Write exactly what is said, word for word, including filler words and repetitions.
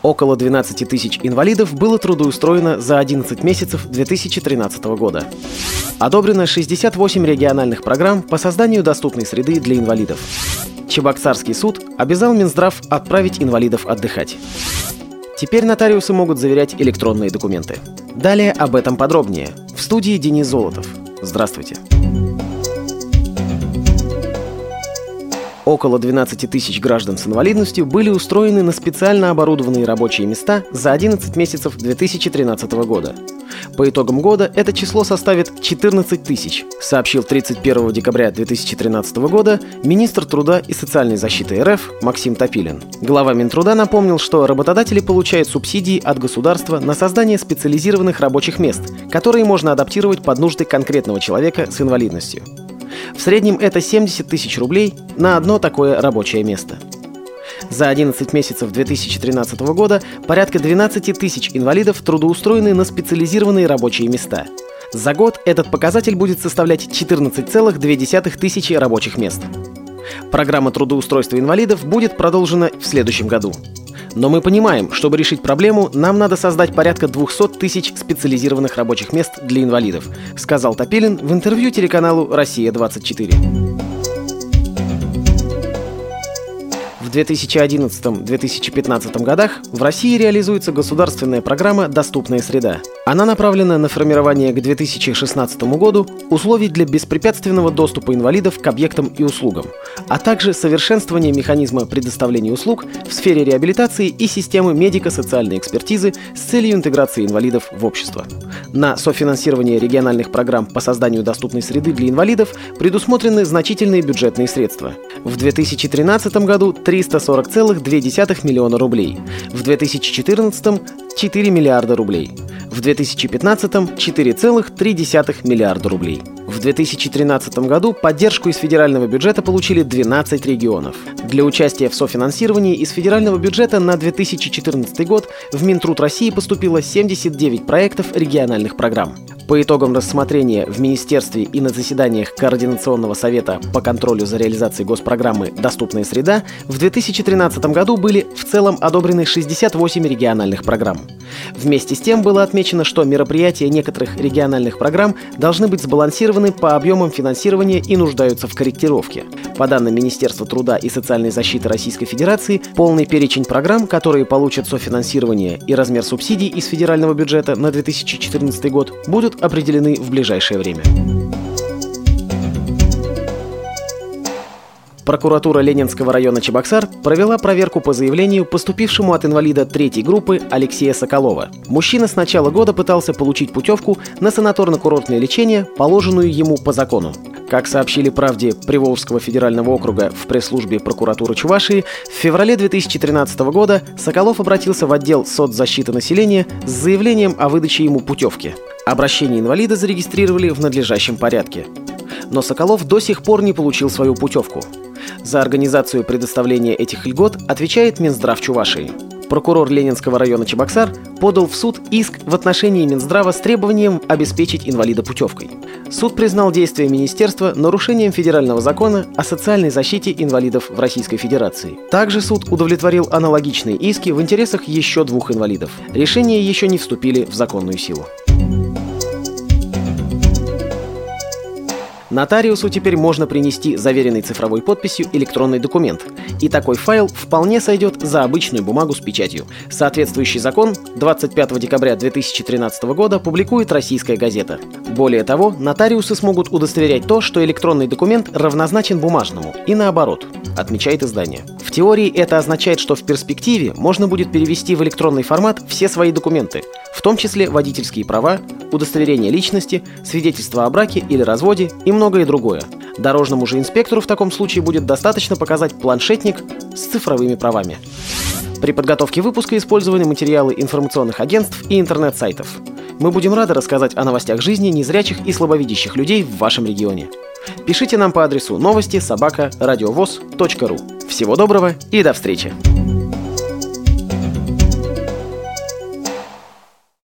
Около двенадцать тысяч инвалидов было трудоустроено за одиннадцать месяцев две тысячи тринадцатого года. Одобрено шестьдесят восемь региональных программ по созданию доступной среды для инвалидов. Чебоксарский суд обязал Минздрав отправить инвалидов отдыхать. Теперь нотариусы могут заверять электронные документы. Далее об этом подробнее. В студии Денис Золотов. Здравствуйте. Около двенадцать тысяч граждан с инвалидностью были устроены на специально оборудованные рабочие места за одиннадцать месяцев две тысячи тринадцатого года. По итогам года это число составит четырнадцать тысяч, сообщил тридцать первого декабря две тысячи тринадцатого года министр труда и социальной защиты РФ Максим Топилин. Глава Минтруда напомнил, что работодатели получают субсидии от государства на создание специализированных рабочих мест, которые можно адаптировать под нужды конкретного человека с инвалидностью. В среднем это семьдесят тысяч рублей на одно такое рабочее место. За одиннадцать месяцев две тысячи тринадцатого года порядка двенадцать тысяч инвалидов трудоустроены на специализированные рабочие места. За год этот показатель будет составлять четырнадцать целых две десятых тысячи рабочих мест. Программа трудоустройства инвалидов будет продолжена в следующем году. Но мы понимаем, чтобы решить проблему, нам надо создать порядка двести тысяч специализированных рабочих мест для инвалидов, сказал Топилин в интервью телеканалу «Россия двадцать четыре». В две тысячи одиннадцатом — две тысячи пятнадцатом годах в России реализуется государственная программа «Доступная среда». Она направлена на формирование к две тысячи шестнадцатому году условий для беспрепятственного доступа инвалидов к объектам и услугам, а также совершенствование механизма предоставления услуг в сфере реабилитации и системы медико-социальной экспертизы с целью интеграции инвалидов в общество. На софинансирование региональных программ по созданию доступной среды для инвалидов предусмотрены значительные бюджетные средства. В две тысячи тринадцатом году триста сорок целых две десятых миллиона рублей, в две тысячи четырнадцатом — четыре миллиарда рублей, в две тысячи пятнадцатом — четыре целых три десятых миллиарда рублей. В две тысячи тринадцатом году поддержку из федерального бюджета получили двенадцать регионов. Для участия в софинансировании из федерального бюджета на две тысячи четырнадцатый год в Минтруд России поступило семьдесят девять проектов региональных программ. По итогам рассмотрения в Министерстве и на заседаниях Координационного совета по контролю за реализацией госпрограммы «Доступная среда» в две тысячи тринадцатом году были в целом одобрены шестьдесят восемь региональных программ. Вместе с тем было отмечено, что мероприятия некоторых региональных программ должны быть сбалансированы по объемам финансирования и нуждаются в корректировке. По данным Министерства труда и социальной защиты Российской Федерации, полный перечень программ, которые получат софинансирование, и размер субсидий из федерального бюджета на две тысячи четырнадцатый год будут определены в ближайшее время. Прокуратура Ленинского района Чебоксар провела проверку по заявлению, поступившему от инвалида третьей группы Алексея Соколова. Мужчина с начала года пытался получить путевку на санаторно-курортное лечение, положенную ему по закону. Как сообщили «Правде» Приволжского федерального округа в пресс-службе прокуратуры Чувашии, в феврале две тысячи тринадцатого года Соколов обратился в отдел соцзащиты населения с заявлением о выдаче ему путевки. Обращение инвалида зарегистрировали в надлежащем порядке. Но Соколов до сих пор не получил свою путевку. За организацию предоставления этих льгот отвечает Минздрав Чувашии. Прокурор Ленинского района Чебоксар подал в суд иск в отношении Минздрава с требованием обеспечить инвалида путевкой. Суд признал действия министерства нарушением федерального закона о социальной защите инвалидов в Российской Федерации. Также суд удовлетворил аналогичные иски в интересах еще двух инвалидов. Решения еще не вступили в законную силу. Нотариусу теперь можно принести заверенный цифровой подписью электронный документ, и такой файл вполне сойдет за обычную бумагу с печатью. Соответствующий закон двадцать пятого декабря две тысячи тринадцатого года публикует «Российская газета». Более того, нотариусы смогут удостоверять то, что электронный документ равнозначен бумажному, и наоборот, отмечает издание. В теории это означает, что в перспективе можно будет перевести в электронный формат все свои документы, в том числе водительские права, удостоверение личности, свидетельство о браке или разводе и многое другое. Дорожному же инспектору в таком случае будет достаточно показать планшетник с цифровыми правами. При подготовке выпуска использованы материалы информационных агентств и интернет-сайтов. Мы будем рады рассказать о новостях жизни незрячих и слабовидящих людей в вашем регионе. Пишите нам по адресу новости собака радиовоз точка ру. Всего доброго и до встречи!